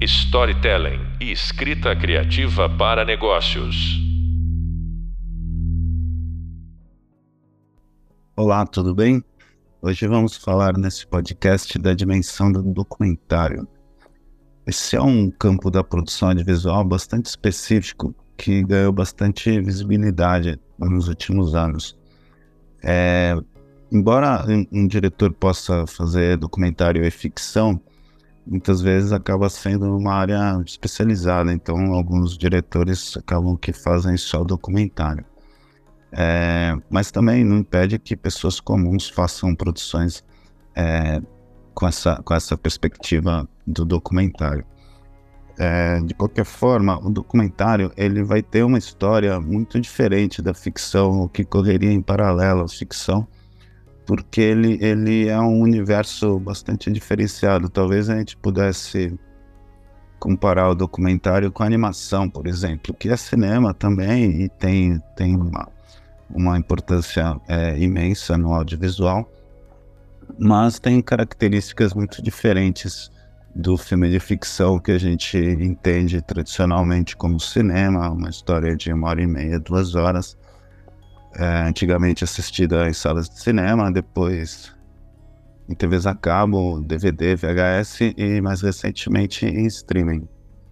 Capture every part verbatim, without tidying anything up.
Storytelling e escrita criativa para negócios. Olá, tudo bem? Hoje vamos falar nesse podcast da dimensão do documentário. Esse é um campo da produção audiovisual bastante específico que ganhou bastante visibilidade nos últimos anos. É, embora um, um diretor possa fazer documentário e ficção, muitas vezes acaba sendo uma área especializada, então alguns diretores acabam que fazem só documentário. É, mas também não impede que pessoas comuns façam produções é, com, essa, com essa perspectiva do documentário. É, de qualquer forma, o documentário ele vai ter uma história muito diferente da ficção, o que correria em paralelo à ficção, porque ele, ele é um universo bastante diferenciado. Talvez a gente pudesse comparar o documentário com a animação, por exemplo, que é cinema também e tem, tem uma, uma importância é, imensa no audiovisual, mas tem características muito diferentes do filme de ficção que a gente entende tradicionalmente como cinema, uma história de uma hora e meia, duas horas, é, antigamente assistida em salas de cinema, depois em T Vs a cabo, D V D, V H S e mais recentemente em streaming.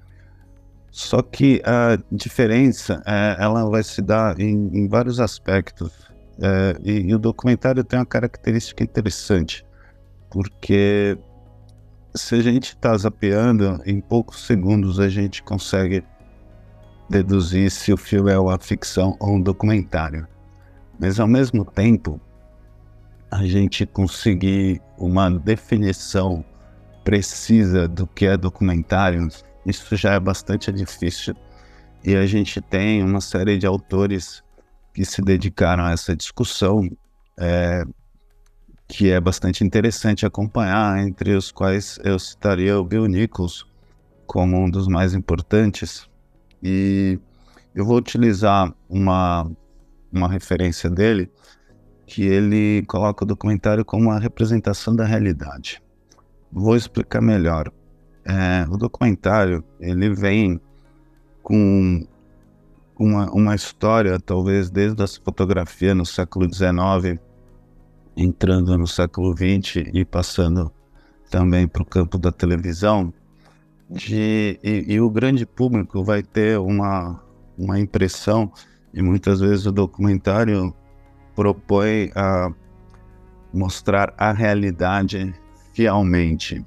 Só que a diferença, é, ela vai se dar em, em vários aspectos, é, e, e o documentário tem uma característica interessante, porque se a gente está zapeando, em poucos segundos a gente consegue deduzir se o filme é uma ficção ou um documentário. Mas ao mesmo tempo, a gente conseguir uma definição precisa do que é documentário, isso já é bastante difícil. E a gente tem uma série de autores que se dedicaram a essa discussão, é, que é bastante interessante acompanhar, entre os quais eu citaria o Bill Nichols como um dos mais importantes. E eu vou utilizar uma, uma referência dele, que ele coloca o documentário como uma representação da realidade. Vou explicar melhor. É, o documentário, ele vem com uma, uma história, talvez desde a fotografia no século dezenove, entrando no século vinte e passando também para o campo da televisão, de, e, e o grande público vai ter uma, uma impressão, e muitas vezes o documentário propõe a mostrar a realidade fielmente,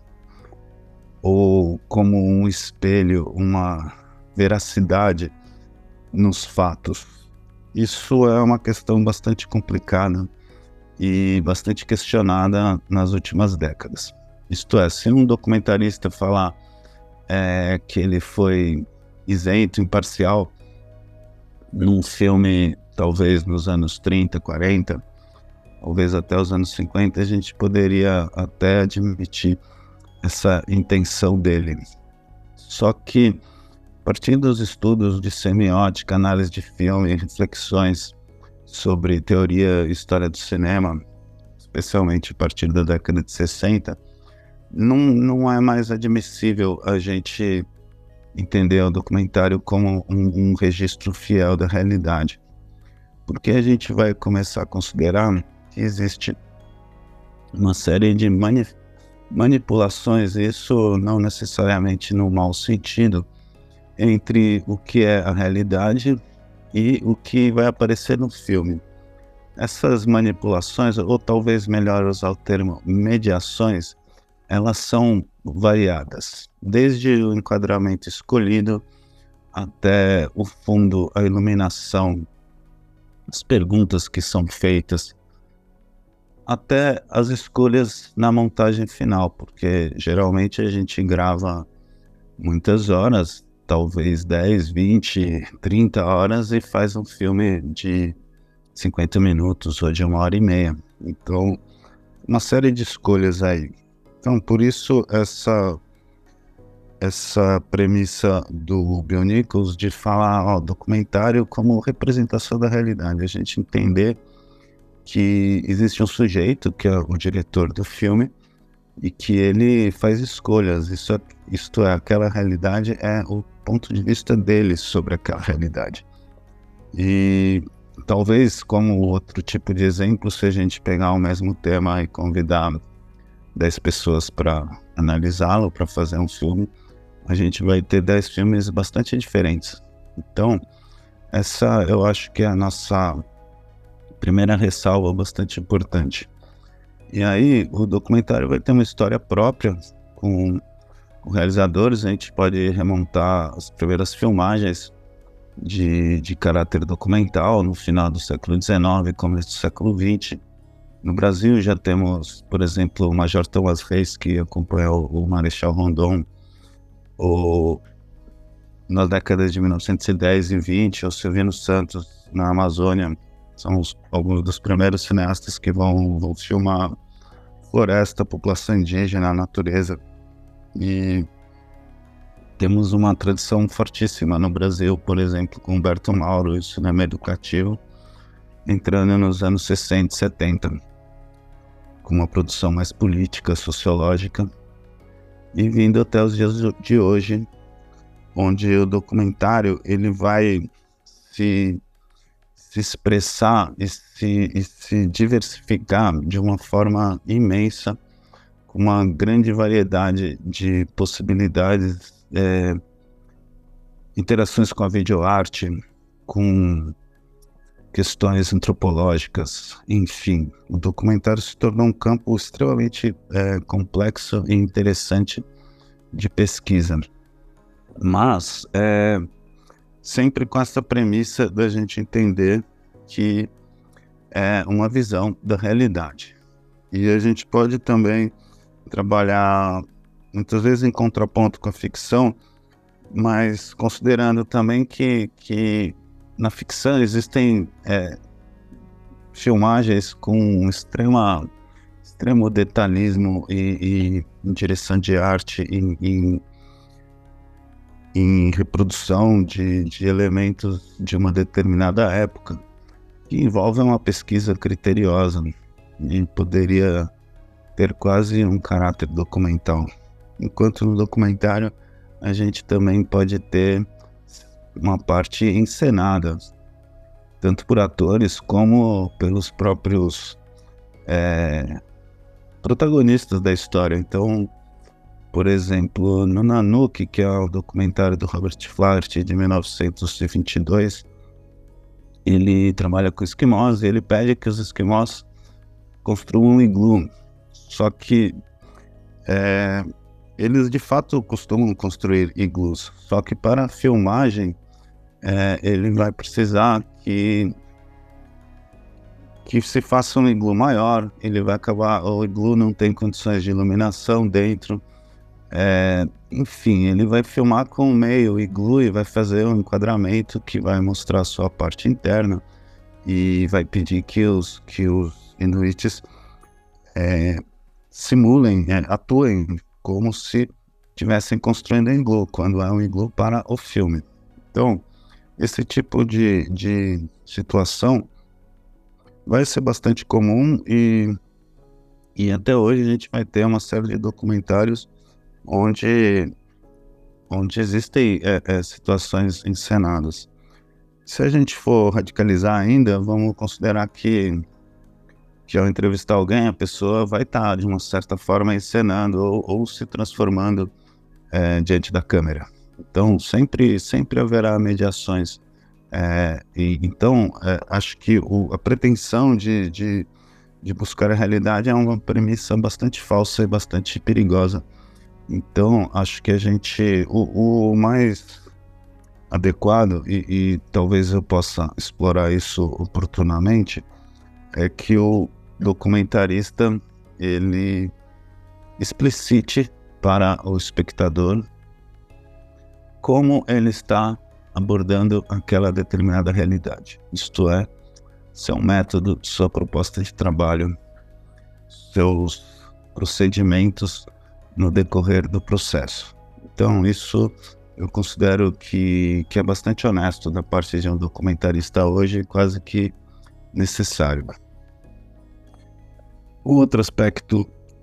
ou como um espelho, uma veracidade nos fatos. Isso é uma questão bastante complicada e bastante questionada nas últimas décadas. Isto é, se um documentarista falar é, que ele foi isento, imparcial, num filme talvez nos anos trinta, quarenta, talvez até os anos cinquenta, a gente poderia até admitir essa intenção dele. Só que, partindo dos estudos de semiótica, análise de filme, reflexões sobre teoria e história do cinema, especialmente a partir da década de sessenta, não, não é mais admissível a gente entender o documentário como um, um registro fiel da realidade. Porque a gente vai começar a considerar que existe uma série de mani- manipulações, isso não necessariamente no mau sentido, entre o que é a realidade e o que vai aparecer no filme. Essas manipulações, ou talvez melhor usar o termo mediações, elas são variadas, desde o enquadramento escolhido até o fundo, a iluminação, as perguntas que são feitas, até as escolhas na montagem final, porque geralmente a gente grava muitas horas, talvez dez, vinte, trinta horas e faz um filme de cinquenta minutos ou de uma hora e meia. Então, uma série de escolhas aí. Então, por isso, essa, essa premissa do Bill Nichols de falar ó, documentário como representação da realidade. A gente entender que existe um sujeito, que é o diretor do filme, e que ele faz escolhas. Isso é, isto é, aquela realidade é o ponto de vista dele sobre aquela realidade. E talvez, como outro tipo de exemplo, se a gente pegar o mesmo tema e convidar dez pessoas para analisá-lo, para fazer um filme, a gente vai ter dez filmes bastante diferentes. Então, essa eu acho que é a nossa primeira ressalva bastante importante. E aí, o documentário vai ter uma história própria com, com realizadores. A gente pode remontar as primeiras filmagens de, de caráter documental no final do século dezenove, começo do século vinte. No Brasil já temos, por exemplo, o Major Thomas Reis, que acompanhou o Marechal Rondon, ou nas décadas de mil novecentos e dez e vinte, o Silvino Santos na Amazônia. São os, alguns dos primeiros cineastas que vão, vão filmar floresta, população indígena, a natureza. E temos uma tradição fortíssima no Brasil, por exemplo, com Humberto Mauro e o cinema educativo, entrando nos anos sessenta e setenta, com uma produção mais política, sociológica, e vindo até os dias de hoje, onde o documentário ele vai se, se expressar e se, e se diversificar de uma forma imensa, com uma grande variedade de possibilidades, é, interações com a videoarte, com questões antropológicas, enfim. O documentário se tornou um campo extremamente é, complexo e interessante de pesquisa. Mas é, sempre com essa premissa da gente entender que é uma visão da realidade. E a gente pode também trabalhar muitas vezes em contraponto com a ficção, mas considerando também que, que na ficção existem é, filmagens com extrema, extremo detalhismo e, e direção de arte, em, em, em reprodução de, de elementos de uma determinada época, que envolvem uma pesquisa criteriosa e poderia ter quase um caráter documental. Enquanto no documentário a gente também pode ter uma parte encenada, tanto por atores como pelos próprios é, protagonistas da história. Então, por exemplo, no Nanook, que é o documentário do Robert Flaherty de mil novecentos e vinte e dois, ele trabalha com esquimós e ele pede que os esquimós construam um iglu. Só que é, eles de fato costumam construir iglus, só que para a filmagem é, ele vai precisar que, que se faça um iglu maior. Ele vai acabar, o iglu não tem condições de iluminação dentro, é, enfim, ele vai filmar com o meio iglu e vai fazer um enquadramento que vai mostrar só a parte interna e vai pedir que os, que os inuites é, simulem, é, atuem como se estivessem construindo um iglu, quando é um iglu para o filme. Então, esse tipo de, de situação vai ser bastante comum e, e até hoje a gente vai ter uma série de documentários onde, onde existem é, é, situações encenadas. Se a gente for radicalizar ainda, vamos considerar que que ao entrevistar alguém, a pessoa vai estar, de uma certa forma, encenando ou, ou se transformando é, diante da câmera. Então, sempre, sempre haverá mediações. É, e, então, é, acho que o, a pretensão de, de, de buscar a realidade é uma premissa bastante falsa e bastante perigosa. Então, acho que a gente, o, o mais adequado, e, e talvez eu possa explorar isso oportunamente, é que o documentarista ele explicite para o espectador como ele está abordando aquela determinada realidade. Isto é, seu método, sua proposta de trabalho, seus procedimentos no decorrer do processo. Então, isso eu considero que, que é bastante honesto da parte de um documentarista hoje, quase que necessário. O outro aspecto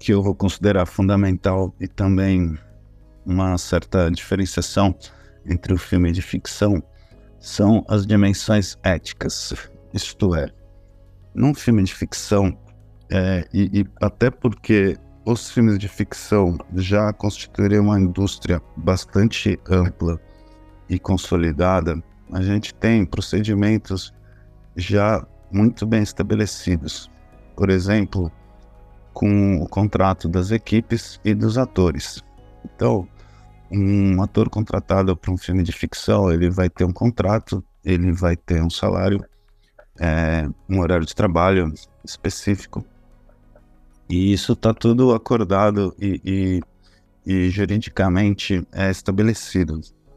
que eu vou considerar fundamental e também uma certa diferenciação entre o filme de ficção são as dimensões éticas. Isto é, num filme de ficção, é, e, e até porque os filmes de ficção já constituiriam uma indústria bastante ampla e consolidada, a gente tem procedimentos já muito bem estabelecidos. Por exemplo, com o contrato das equipes e dos atores. Então, um ator contratado para um filme de ficção, ele vai ter um contrato, ele vai ter um salário, é, um horário de trabalho específico. E isso está tudo acordado e, e, e juridicamente é estabelecido.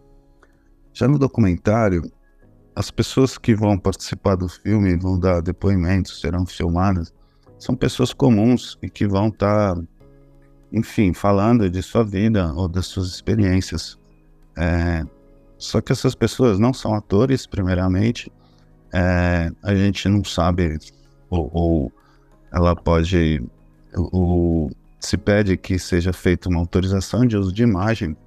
Já no documentário, as pessoas que vão participar do filme, vão dar depoimentos, serão filmadas, são pessoas comuns e que vão estar, tá, enfim, falando de sua vida ou das suas experiências. É, só que essas pessoas não são atores, primeiramente. É, a gente não sabe, ou, ou ela pode, ou, se pede que seja feita uma autorização de uso de imagem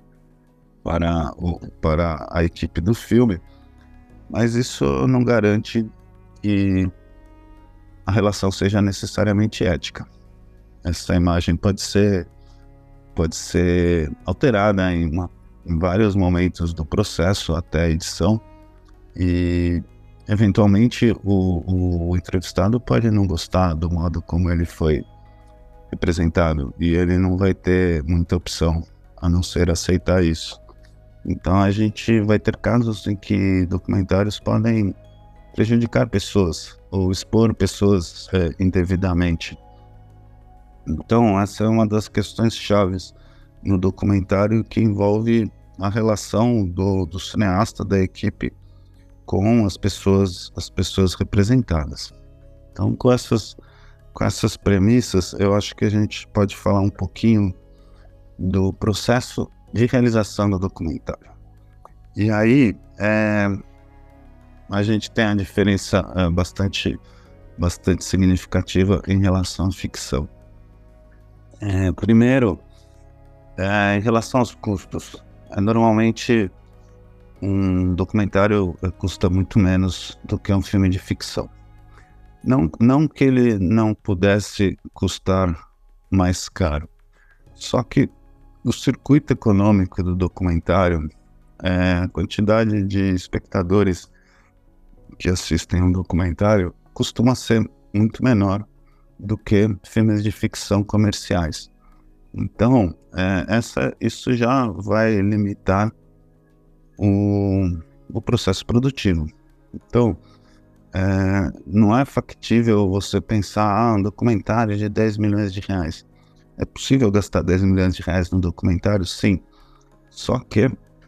para, ou, para a equipe do filme, mas isso não garante que a relação seja necessariamente ética. Essa imagem pode ser, pode ser alterada em, uma, em vários momentos do processo até a edição e, eventualmente, o, o entrevistado pode não gostar do modo como ele foi representado e ele não vai ter muita opção a não ser aceitar isso. Então a gente vai ter casos em que documentários podem prejudicar pessoas ou expor pessoas é, indevidamente. Então essa é uma das questões chaves no documentário, que envolve a relação do, do cineasta, da equipe, com as pessoas, as pessoas representadas. Então com essas, com essas premissas, eu acho que a gente pode falar um pouquinho do processo de realização do documentário. E aí, é, a gente tem a diferença é, bastante, bastante significativa em relação à ficção. É, primeiro, é, em relação aos custos. É, normalmente, um documentário custa muito menos do que um filme de ficção. Não, não que ele não pudesse custar mais caro, só que o circuito econômico do documentário, é, a quantidade de espectadores que assistem um documentário costuma ser muito menor do que filmes de ficção comerciais. Então, é, essa, isso já vai limitar o, o processo produtivo. Então, é, não é factível você pensar, ah, um documentário de dez milhões de reais. É possível gastar dez milhões de reais no documentário? Sim. Só que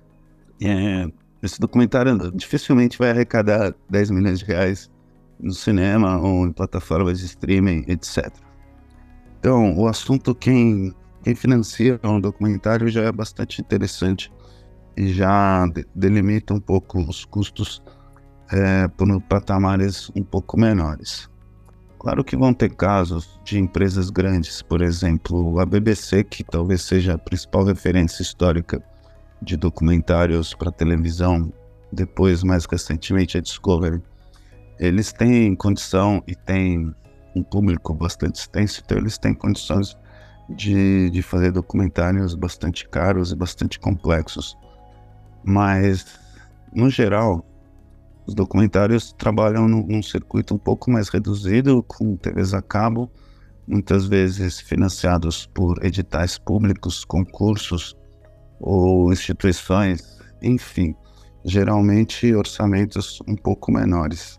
é, esse documentário dificilmente vai arrecadar dez milhões de reais no cinema ou em plataformas de streaming, etcétera. Então, o assunto, quem, quem financia um documentário já é bastante interessante e já de, delimita um pouco os custos é, por patamares um pouco menores. Claro que vão ter casos de empresas grandes, por exemplo, a B B C, que talvez seja a principal referência histórica de documentários para televisão, depois, mais recentemente, a Discovery. Eles têm condição e têm um público bastante extenso, então eles têm condições de, de fazer documentários bastante caros e bastante complexos. Mas, no geral, os documentários trabalham num, num circuito um pouco mais reduzido, com T Vs a cabo, muitas vezes financiados por editais públicos, concursos ou instituições, enfim, geralmente orçamentos um pouco menores.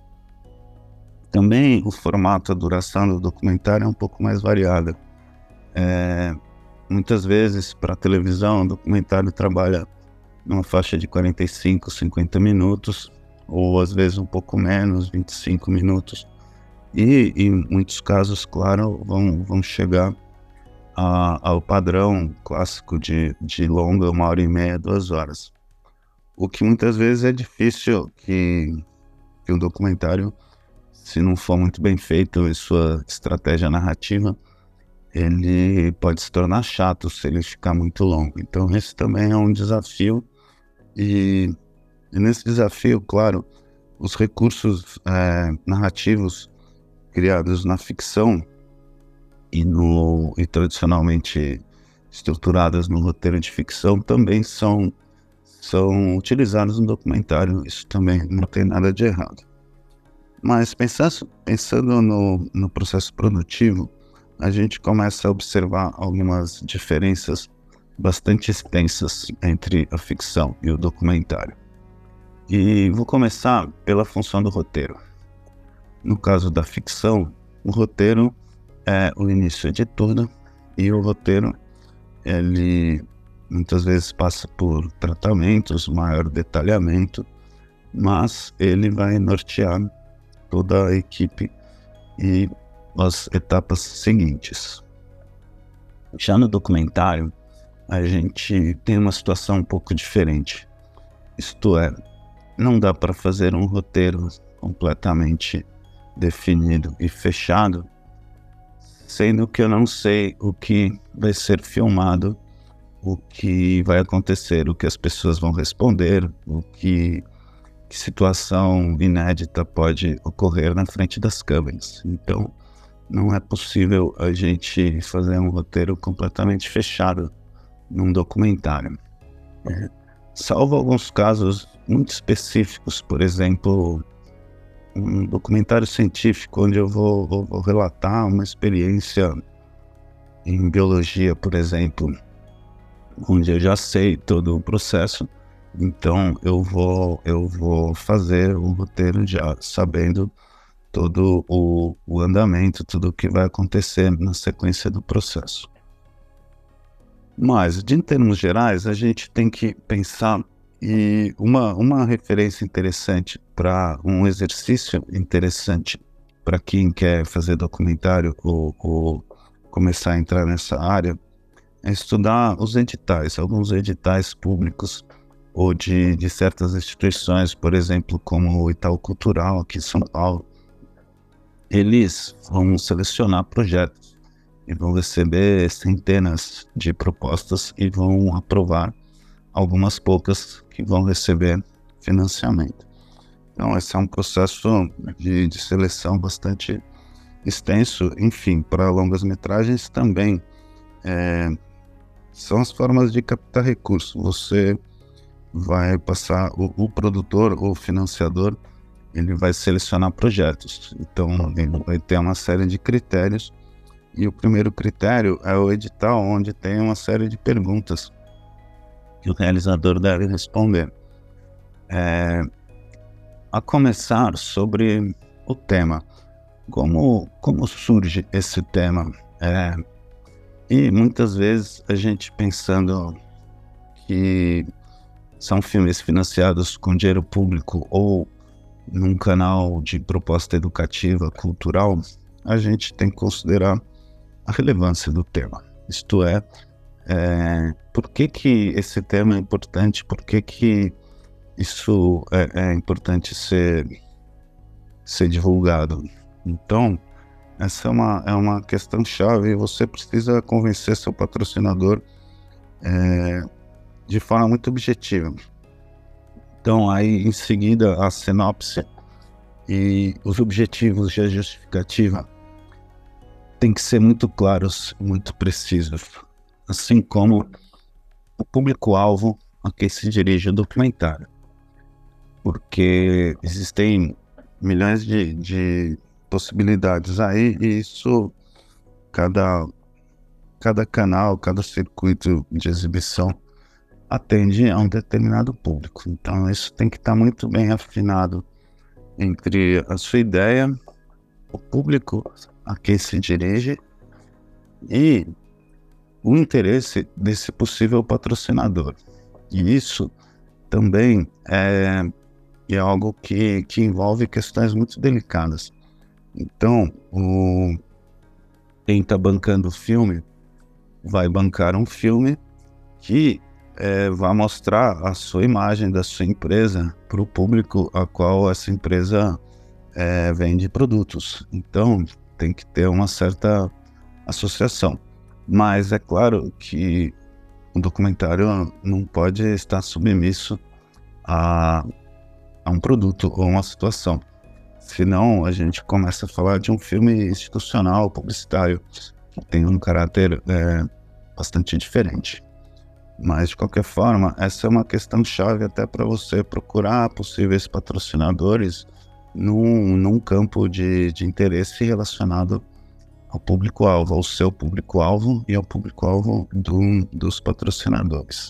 Também o formato, a duração do documentário é um pouco mais variada. É, muitas vezes, para televisão, o documentário trabalha numa faixa de quarenta e cinco, cinquenta minutos, ou às vezes um pouco menos, vinte e cinco minutos. E em muitos casos, claro, vão, vão chegar a, ao padrão clássico de, de longa, uma hora e meia, duas horas. O que muitas vezes é difícil que, que um documentário, se não for muito bem feito em sua estratégia narrativa, ele pode se tornar chato se ele ficar muito longo. Então esse também é um desafio, e, e nesse desafio, claro, os recursos é, narrativos criados na ficção e, no, e tradicionalmente estruturadas no roteiro de ficção também são, são utilizados no documentário. Isso também não tem nada de errado. Mas pensando, pensando no, no processo produtivo, a gente começa a observar algumas diferenças bastante extensas entre a ficção e o documentário. E vou começar pela função do roteiro. No caso da ficção, o roteiro é o início de tudo, e o roteiro, ele muitas vezes passa por tratamentos, maior detalhamento, mas ele vai nortear toda a equipe e as etapas seguintes. Já no documentário, a gente tem uma situação um pouco diferente. Isto é, não dá para fazer um roteiro completamente definido e fechado, sendo que eu não sei o que vai ser filmado, o que vai acontecer, o que as pessoas vão responder, o que, que situação inédita pode ocorrer na frente das câmeras. Então, não é possível a gente fazer um roteiro completamente fechado num documentário. É. Salvo alguns casos muito específicos, por exemplo, um documentário científico onde eu vou, vou, vou relatar uma experiência em biologia, por exemplo, onde eu já sei todo o processo, então eu vou, eu vou fazer o roteiro já sabendo todo o, o andamento, tudo o que vai acontecer na sequência do processo. Mas, de, em termos gerais, a gente tem que pensar, e uma, uma referência interessante para um exercício interessante para quem quer fazer documentário ou, ou começar a entrar nessa área, é estudar os editais, alguns editais públicos ou de, de certas instituições, por exemplo, como o Itaú Cultural aqui em São Paulo. Eles vão selecionar projetos e vão receber centenas de propostas e vão aprovar algumas poucas que vão receber financiamento. Então esse é um processo de, de seleção bastante extenso. Enfim, para longas metragens também é, são as formas de captar recursos. Você vai passar, o, o produtor ou financiador, ele vai selecionar projetos, então ele vai ter uma série de critérios, e o primeiro critério é o edital, onde tem uma série de perguntas que o realizador deve responder. É, a começar sobre o tema, como, como surge esse tema, é, e muitas vezes a gente pensando que são filmes financiados com dinheiro público ou num canal de proposta educativa, cultural, a gente tem que considerar a relevância do tema. Isto é, é por que que esse tema é importante, por que que isso é, é importante ser, ser divulgado. Então, essa é uma, é uma questão chave, e você precisa convencer seu patrocinador é, de forma muito objetiva. Então, aí, em seguida, a sinopse e os objetivos de justificativa tem que ser muito claros, muito precisos, assim como o público-alvo a quem se dirige o documentário, porque existem milhões de, de possibilidades aí, e isso, cada, cada canal, cada circuito de exibição atende a um determinado público. Então isso tem que estar muito bem afinado entre a sua ideia, o público a quem se dirige e o interesse desse possível patrocinador. E isso também é, é algo que, que envolve questões muito delicadas. Então, o, quem está bancando o filme vai bancar um filme que é, vai mostrar a sua imagem da sua empresa para o público a qual essa empresa é, vende produtos. Então, tem que ter uma certa associação. Mas é claro que o documentário não pode estar submisso a, a um produto ou uma situação. Senão a gente começa a falar de um filme institucional, publicitário, que tem um caráter é, bastante diferente. Mas, de qualquer forma, essa é uma questão chave até para você procurar possíveis patrocinadores num, num campo de, de interesse relacionado ao público-alvo, ao seu público-alvo e ao público-alvo do, dos patrocinadores.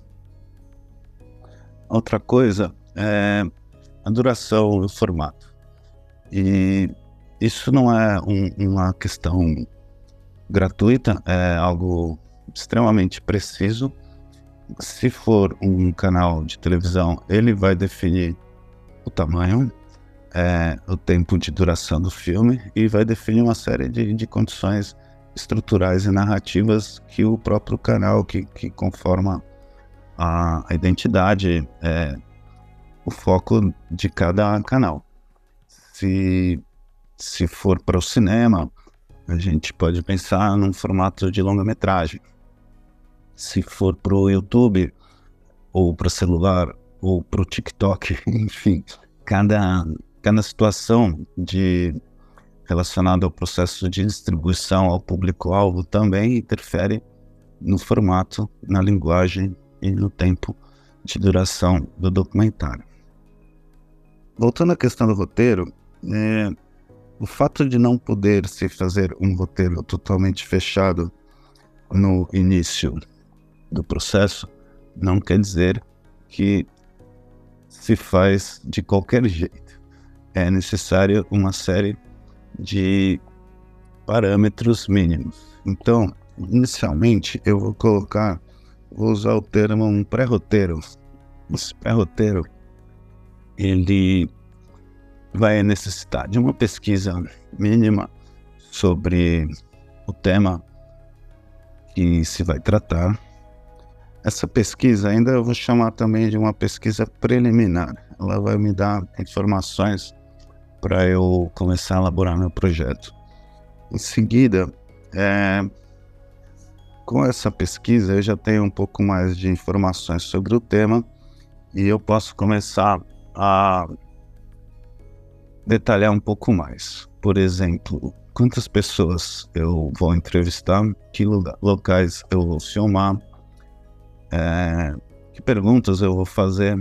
Outra coisa é a duração e o formato. E isso não é um, uma questão gratuita, é algo extremamente preciso. Se for um canal de televisão, ele vai definir o tamanho, é, o tempo de duração do filme e vai definir uma série de, de condições estruturais e narrativas que o próprio canal, que, que conforma a, a identidade, é, o foco de cada canal. Se, se for para o cinema, a gente pode pensar num formato de longa-metragem. Se for para o YouTube, ou para o celular, ou para o TikTok, enfim, cada, cada situação de, relacionada ao processo de distribuição ao público-alvo também interfere no formato, na linguagem e no tempo de duração do documentário. Voltando à questão do roteiro, é, o fato de não poder se fazer um roteiro totalmente fechado no início do processo não quer dizer que se faz de qualquer jeito. É necessário uma série de parâmetros mínimos. Então, inicialmente, eu vou colocar, vou usar o termo um pré-roteiro. Esse pré-roteiro, ele vai necessitar de uma pesquisa mínima sobre o tema que se vai tratar. Essa pesquisa ainda eu vou chamar também de uma pesquisa preliminar. Ela vai me dar informações para eu começar a elaborar meu projeto. Em seguida, é, com essa pesquisa eu já tenho um pouco mais de informações sobre o tema e eu posso começar a detalhar um pouco mais. Por exemplo, quantas pessoas eu vou entrevistar, que lugar, locais eu vou filmar, é, que perguntas eu vou fazer,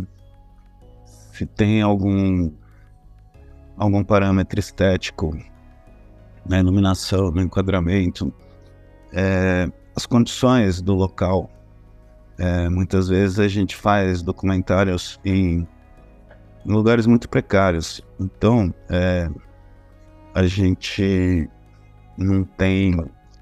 se tem algum, algum parâmetro estético na iluminação, no enquadramento, é, as condições do local. É, muitas vezes a gente faz documentários em em lugares muito precários, então é, a gente não tem,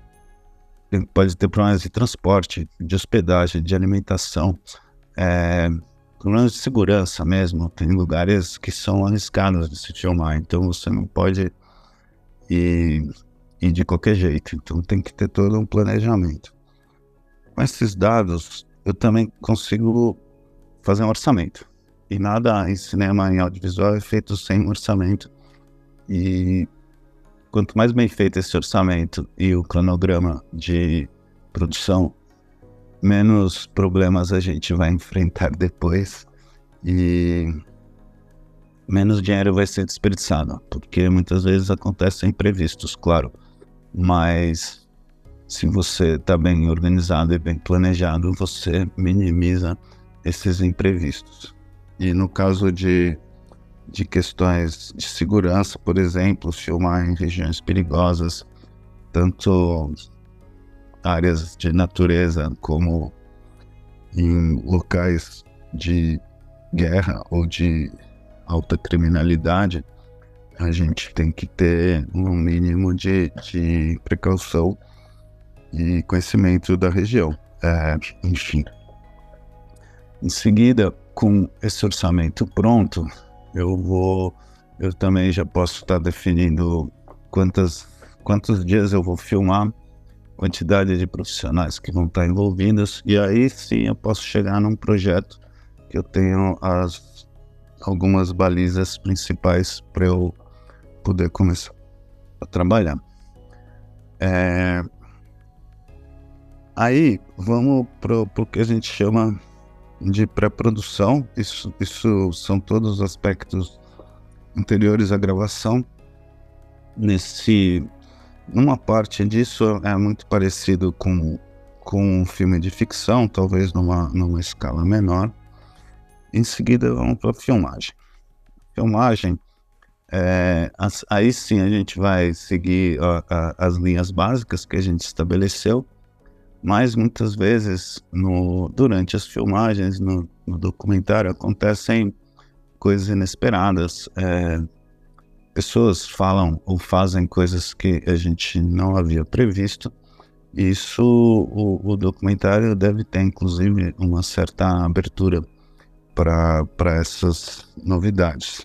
pode ter problemas de transporte, de hospedagem, de alimentação, é, problemas de segurança mesmo. Tem lugares que são arriscados de se filmar, então você não pode ir, ir de qualquer jeito, então tem que ter todo um planejamento. Com esses dados, eu também consigo fazer um orçamento. E nada em cinema, em audiovisual, é feito sem orçamento. E quanto mais bem feito esse orçamento e o cronograma de produção, menos problemas a gente vai enfrentar depois e menos dinheiro vai ser desperdiçado. Porque muitas vezes acontecem imprevistos, claro. Mas se você está bem organizado e bem planejado, você minimiza esses imprevistos. E no caso de, de questões de segurança, por exemplo, filmar em regiões perigosas, tanto áreas de natureza como em locais de guerra ou de alta criminalidade, a gente tem que ter um mínimo de, de precaução e conhecimento da região. É, enfim. Em seguida, com esse orçamento pronto, eu vou, eu também já posso estar definindo quantas, quantos dias eu vou filmar, quantidade de profissionais que vão estar envolvidos, e aí sim eu posso chegar num projeto que eu tenho as, algumas balizas principais para eu poder começar a trabalhar. É, Aí vamos para o que a gente chama de pré-produção. Isso, isso são todos os aspectos anteriores à gravação. Nesse, numa parte disso é muito parecido com, com um filme de ficção, talvez numa, numa escala menor. Em seguida vamos para a filmagem. Filmagem, é, as, aí sim a gente vai seguir a, a, as linhas básicas que a gente estabeleceu, mas muitas vezes no, durante as filmagens, no, no documentário, acontecem coisas inesperadas. É, pessoas falam ou fazem coisas que a gente não havia previsto. Isso, o, o documentário deve ter, inclusive, uma certa abertura para essas novidades.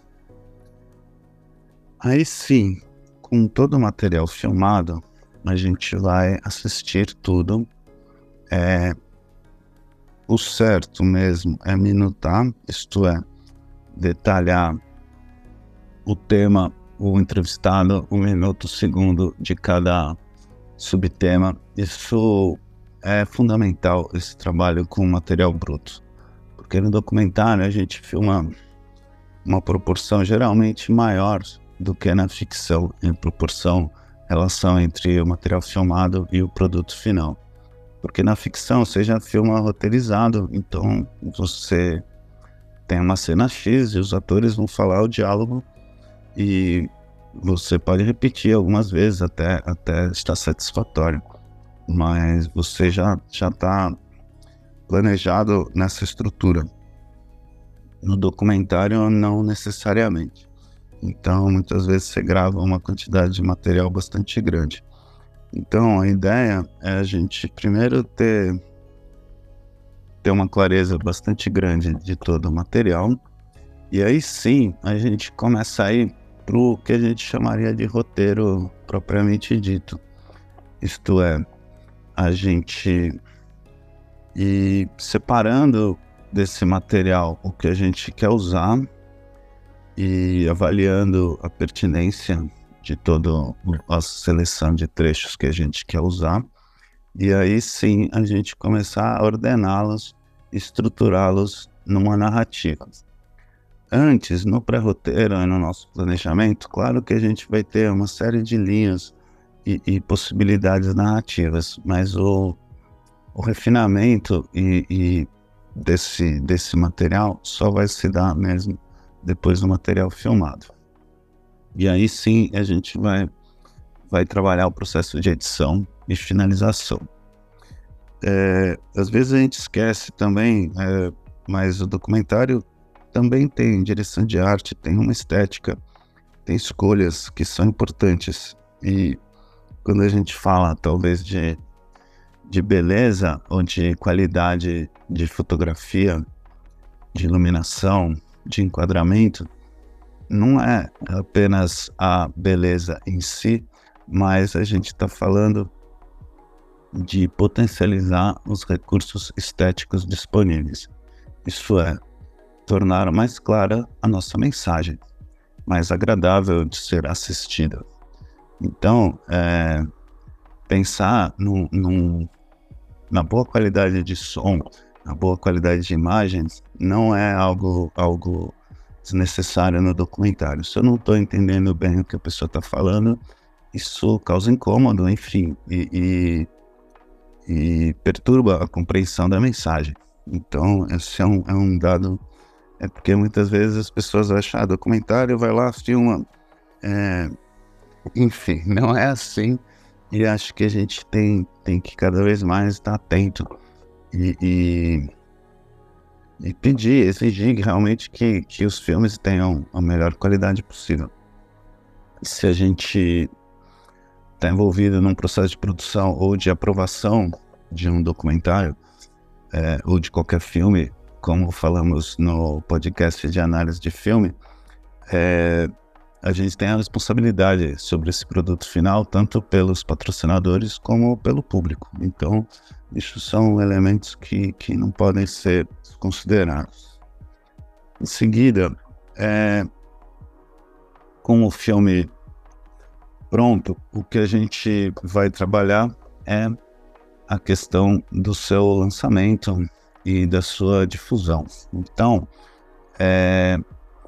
Aí sim, com todo o material filmado, a gente vai assistir tudo. É, o certo mesmo é minutar, isto é, detalhar o tema, o entrevistado, o minuto, o segundo de cada subtema. Isso é fundamental, esse trabalho com material bruto, porque no documentário a gente filma uma proporção geralmente maior do que na ficção, em proporção, relação entre o material filmado e o produto final. Porque na ficção você já filma roteirizado, então você tem uma cena X e os atores vão falar o diálogo e você pode repetir algumas vezes até, até estar satisfatório, mas você já já está planejado nessa estrutura. No documentário, não necessariamente. Então, muitas vezes você grava uma quantidade de material bastante grande. Então, a ideia é a gente primeiro ter, ter uma clareza bastante grande de todo o material, e aí sim a gente começa a ir para o que a gente chamaria de roteiro propriamente dito. Isto é, a gente ir separando desse material o que a gente quer usar e avaliando a pertinência de toda a seleção de trechos que a gente quer usar, e aí sim a gente começar a ordená-los, estruturá-los numa narrativa. Antes, no pré-roteiro e no nosso planejamento, claro que a gente vai ter uma série de linhas e, e possibilidades narrativas, mas o, o refinamento e, e desse, desse material só vai se dar mesmo depois do material filmado. E aí sim a gente vai, vai trabalhar o processo de edição e finalização. É, às vezes a gente esquece também, é, mas o documentário também tem direção de arte, tem uma estética, tem escolhas que são importantes. E quando a gente fala talvez de, de beleza ou de qualidade de fotografia, de iluminação, de enquadramento, não é apenas a beleza em si, mas a gente está falando de potencializar os recursos estéticos disponíveis. Isso é, tornar mais clara a nossa mensagem, mais agradável de ser assistida. Então, é, pensar no, no, na boa qualidade de som, na boa qualidade de imagens, não é algo, algo desnecessário no documentário. Se eu não estou entendendo bem o que a pessoa está falando, isso causa incômodo, enfim, e, e, e perturba a compreensão da mensagem. Então, esse é um, é um dado, é porque muitas vezes as pessoas acham, ah, documentário, vai lá, filma, é, enfim, não é assim, e acho que a gente tem, tem que cada vez mais estar atento e, e, e pedir, exigir realmente que, que os filmes tenham a melhor qualidade possível. Se a gente está envolvido num processo de produção ou de aprovação de um documentário, é, ou de qualquer filme, como falamos no podcast de análise de filme, é, a gente tem a responsabilidade sobre esse produto final, tanto pelos patrocinadores como pelo público. Então, isso são elementos que, que não podem ser considerados. Em seguida, é, com o filme pronto, o que a gente vai trabalhar é a questão do seu lançamento e da sua difusão. Então, é,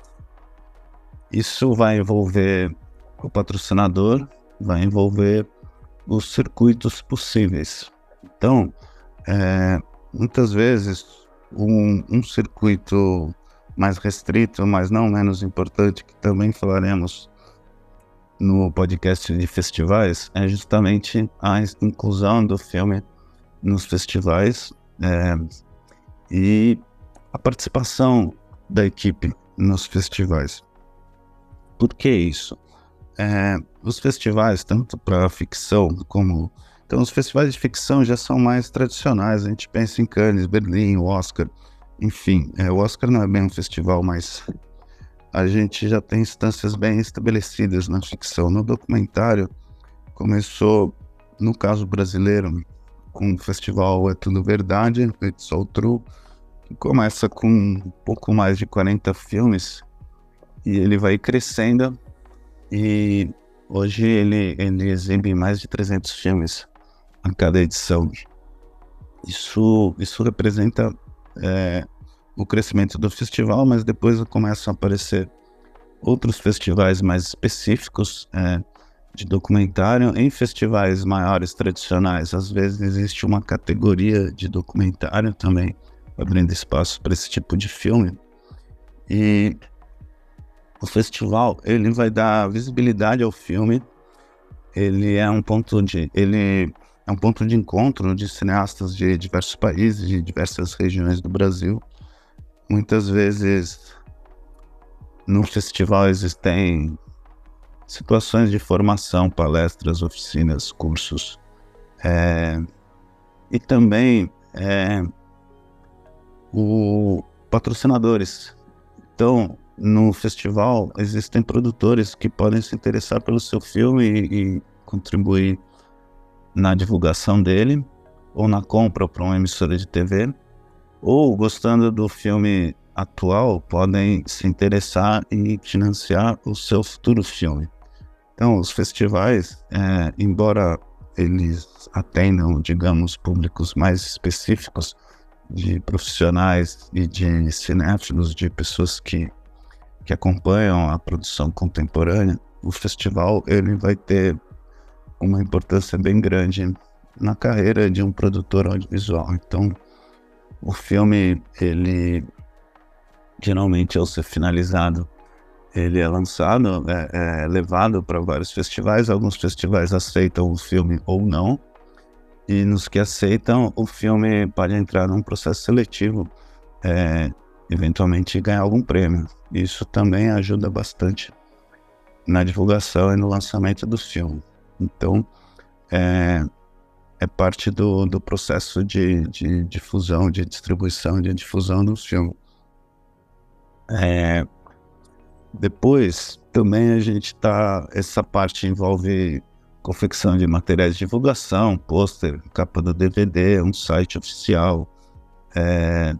isso vai envolver o patrocinador, vai envolver os circuitos possíveis. Então, é, muitas vezes, um, um circuito mais restrito, mas não menos importante, que também falaremos no podcast de festivais, é justamente a inclusão do filme nos festivais é, e a participação da equipe nos festivais. Por que isso? É, os festivais, tanto para ficção como... Então, os festivais de ficção já são mais tradicionais, a gente pensa em Cannes, Berlim, o Oscar, enfim, é, o Oscar não é bem um festival, mas a gente já tem instâncias bem estabelecidas na ficção. No documentário, começou, no caso brasileiro, com o festival É Tudo Verdade, It's All True, que começa com um pouco mais de quarenta filmes, e ele vai crescendo, e hoje ele, ele exibe mais de trezentos filmes a cada edição. Isso, isso representa é, o crescimento do festival, mas depois começam a aparecer outros festivais mais específicos é, de documentário. Em festivais maiores, tradicionais, às vezes existe uma categoria de documentário também, abrindo espaço para esse tipo de filme. E o festival, ele vai dar visibilidade ao filme, ele é um ponto de, ele é um ponto de encontro de cineastas de diversos países, de diversas regiões do Brasil. Muitas vezes no festival existem situações de formação, palestras, oficinas, cursos, é, e também é, o patrocinadores. Então, no festival existem produtores que podem se interessar pelo seu filme e, e contribuir na divulgação dele, ou na compra para uma emissora de T V, ou gostando do filme atual, podem se interessar e financiar o seu futuro filme. Então, os festivais, é, embora eles atendam, digamos, públicos mais específicos, de profissionais e de cinéfilos, de pessoas que, que acompanham a produção contemporânea, o festival ele vai ter uma importância bem grande na carreira de um produtor audiovisual. Então, o filme, ele geralmente, ao ser finalizado, ele é lançado, é, é levado para vários festivais. Alguns festivais aceitam o filme ou não, e nos que aceitam, o filme pode entrar num processo seletivo, é, eventualmente ganhar algum prêmio. Isso também ajuda bastante na divulgação e no lançamento do filme. Então, é, é parte do, do processo de, de difusão, de distribuição, de difusão do filme. É, depois, também a gente tá, essa parte envolve confecção de materiais de divulgação, pôster, capa do D V D, um site oficial, é,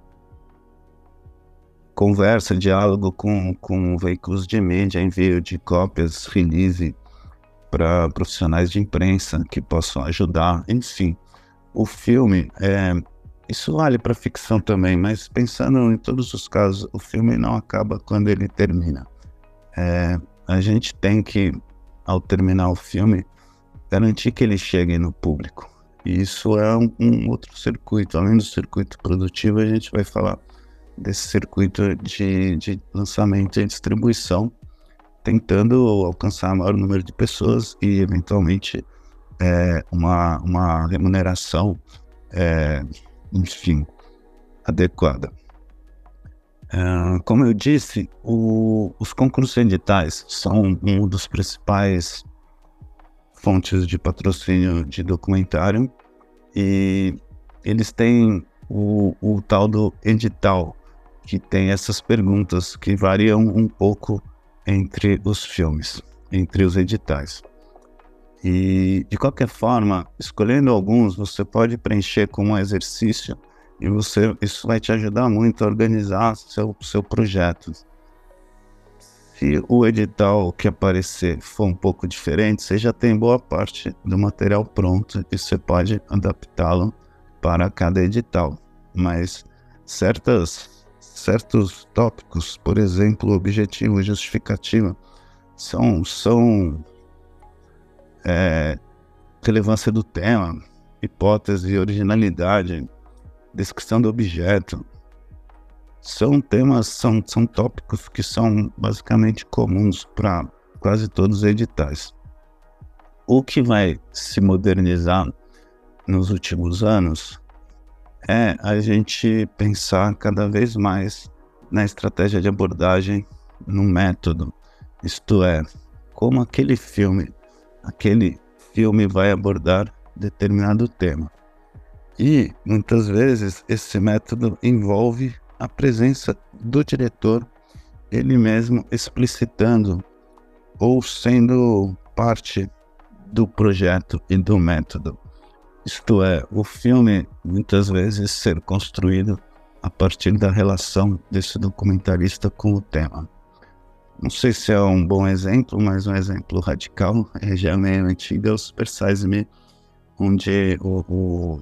conversa, diálogo com, com veículos de mídia, envio de cópias, release para profissionais de imprensa que possam ajudar. Enfim, o filme, é, isso vale para ficção também, mas pensando em todos os casos, o filme não acaba quando ele termina. É, a gente tem que, ao terminar o filme, garantir que ele chegue no público. E isso é um, um outro circuito. Além do circuito produtivo, a gente vai falar desse circuito de, de lançamento e distribuição, tentando alcançar o maior número de pessoas e, eventualmente, é, uma, uma remuneração, é, enfim, adequada. É, como eu disse, o, os concursos editais são um dos principais fontes de patrocínio de documentário, e eles têm o, o tal do edital, que tem essas perguntas que variam um pouco entre os filmes, entre os editais. E, de qualquer forma, escolhendo alguns, você pode preencher como um exercício, e você, isso vai te ajudar muito a organizar seu, seu projeto. Se o edital que aparecer for um pouco diferente, você já tem boa parte do material pronto e você pode adaptá-lo para cada edital. Mas certas, certos tópicos, por exemplo, objetivo e justificativa, são, são é, relevância do tema, hipótese e originalidade, descrição do objeto. São temas, são, são tópicos que são basicamente comuns para quase todos os editais. O que vai se modernizar nos últimos anos é a gente pensar cada vez mais na estratégia de abordagem, no método. Isto é, como aquele filme, aquele filme vai abordar determinado tema. E muitas vezes esse método envolve a presença do diretor, ele mesmo explicitando ou sendo parte do projeto e do método. Isto é, o filme muitas vezes ser construído a partir da relação desse documentarista com o tema. Não sei se é um bom exemplo, mas um exemplo radical é já meio antigo, é o Super Size Me, onde o, o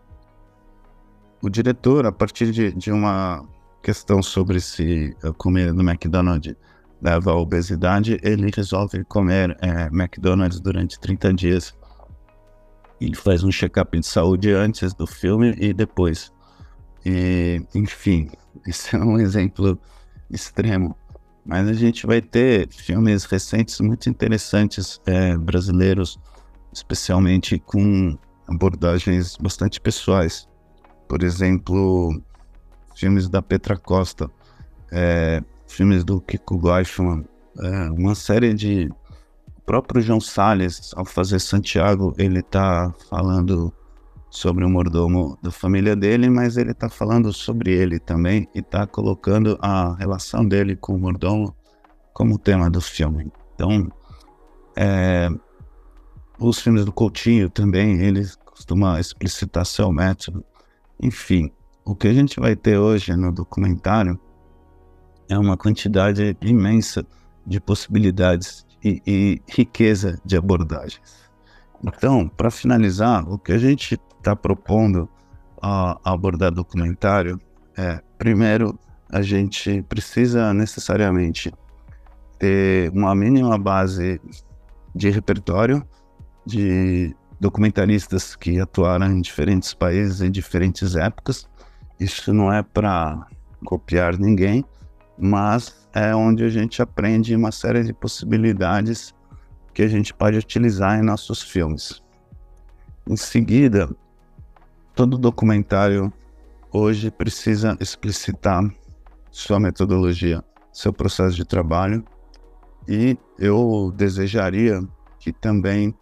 O diretor, a partir de, de uma questão sobre se comer no McDonald's leva à obesidade, ele resolve comer é, McDonald's durante trinta dias. Ele faz um check-up de saúde antes do filme e depois. E, enfim, esse é um exemplo extremo. Mas a gente vai ter filmes recentes muito interessantes é, brasileiros, especialmente com abordagens bastante pessoais. Por exemplo, filmes da Petra Costa, é, filmes do Kiko Gleichmann, é, uma série de... O próprio João Salles, ao fazer Santiago, ele está falando sobre o mordomo da família dele, mas ele está falando sobre ele também e está colocando a relação dele com o mordomo como tema do filme. Então, é, os filmes do Coutinho também, ele costuma explicitar seu método. Enfim, o que a gente vai ter hoje no documentário é uma quantidade imensa de possibilidades e, e riqueza de abordagens. Então, para finalizar, o que a gente está propondo a, a abordar documentário é, primeiro, a gente precisa necessariamente ter uma mínima base de repertório de documentaristas que atuaram em diferentes países em diferentes épocas. Isso não é para copiar ninguém, mas é onde a gente aprende uma série de possibilidades que a gente pode utilizar em nossos filmes. Em seguida, todo documentário hoje precisa explicitar sua metodologia, seu processo de trabalho, e eu desejaria que também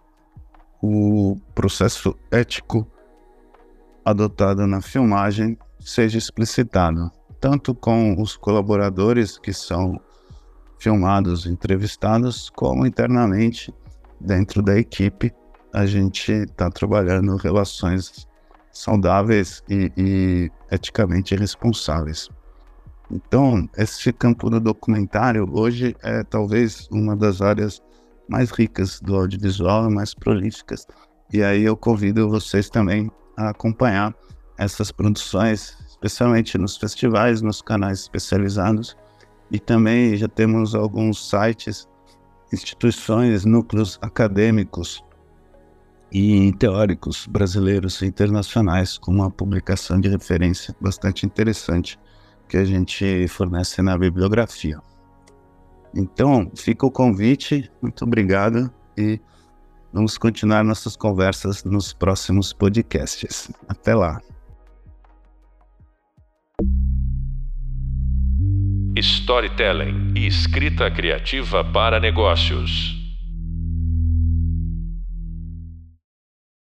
o processo ético adotado na filmagem seja explicitado, tanto com os colaboradores que são filmados, entrevistados, como internamente dentro da equipe. A gente está trabalhando relações saudáveis e, e eticamente responsáveis. Então, esse campo do documentário hoje é talvez uma das áreas mais ricas do audiovisual e mais prolíficas. E aí eu convido vocês também a acompanhar essas produções, especialmente nos festivais, nos canais especializados. E também já temos alguns sites, instituições, núcleos acadêmicos e teóricos brasileiros e internacionais com uma publicação de referência bastante interessante que a gente fornece na bibliografia. Então, fica o convite, muito obrigado e vamos continuar nossas conversas nos próximos podcasts. Até lá! Storytelling e escrita criativa para negócios.